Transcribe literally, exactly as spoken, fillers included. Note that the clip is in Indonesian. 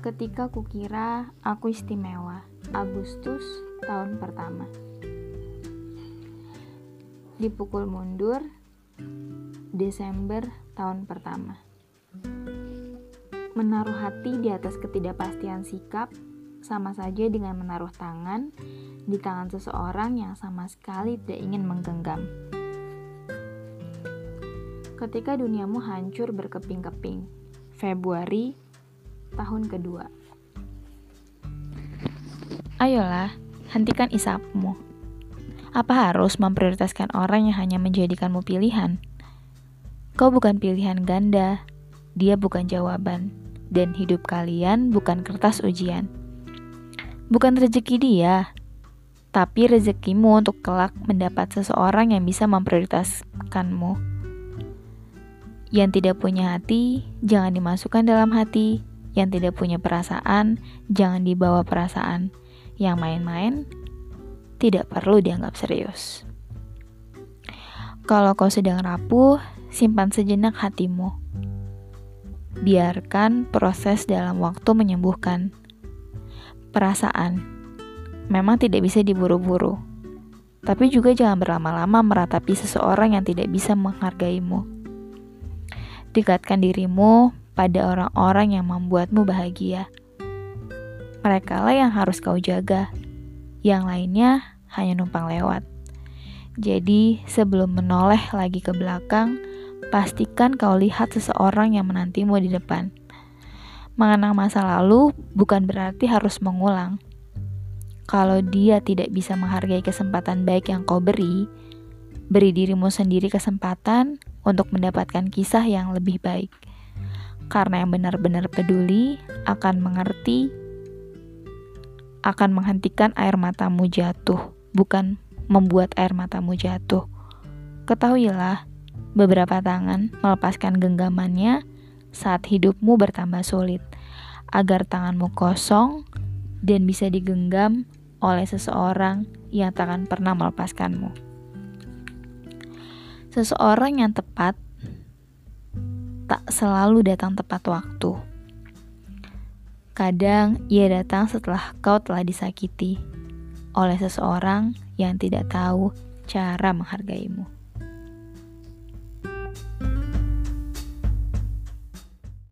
Ketika kukira aku istimewa. Agustus tahun pertama. Dipukul mundur. Desember tahun pertama. Menaruh hati di atas ketidakpastian sikap sama saja dengan menaruh tangan di tangan seseorang yang sama sekali tidak ingin menggenggam. Ketika duniamu hancur berkeping-keping. Februari tahun kedua. Ayolah, hentikan isapmu. Apa harus memprioritaskan orang yang hanya menjadikanmu pilihan? Kau bukan pilihan ganda, dia bukan jawaban, dan hidup kalian bukan kertas ujian. Bukan rezeki dia, tapi rezekimu untuk kelak mendapat seseorang yang bisa memprioritaskanmu. Yang tidak punya hati, jangan dimasukkan dalam hati. Yang tidak punya perasaan, jangan dibawa perasaan. Yang main-main, tidak perlu dianggap serius. Kalau kau sedang rapuh, simpan sejenak hatimu. Biarkan proses dalam waktu menyembuhkan. Perasaan memang tidak bisa diburu-buru, tapi juga jangan berlama-lama meratapi seseorang yang tidak bisa menghargaimu. Dekatkan dirimu pada orang-orang yang membuatmu bahagia. Merekalah yang harus kau jaga. Yang lainnya hanya numpang lewat. Jadi, sebelum menoleh lagi ke belakang, pastikan kau lihat seseorang yang menantimu di depan. Mengenang masa lalu bukan berarti harus mengulang. Kalau dia tidak bisa menghargai kesempatan baik yang kau beri, beri dirimu sendiri kesempatan untuk mendapatkan kisah yang lebih baik. Karena yang benar-benar peduli akan mengerti, akan menghentikan air matamu jatuh, bukan membuat air matamu jatuh. Ketahuilah, beberapa tangan melepaskan genggamannya saat hidupmu bertambah sulit, agar tanganmu kosong dan bisa digenggam oleh seseorang yang tak akan pernah melepaskanmu. Seseorang yang tepat tak selalu datang tepat waktu. Kadang ia datang setelah kau telah disakiti oleh seseorang yang tidak tahu cara menghargaimu.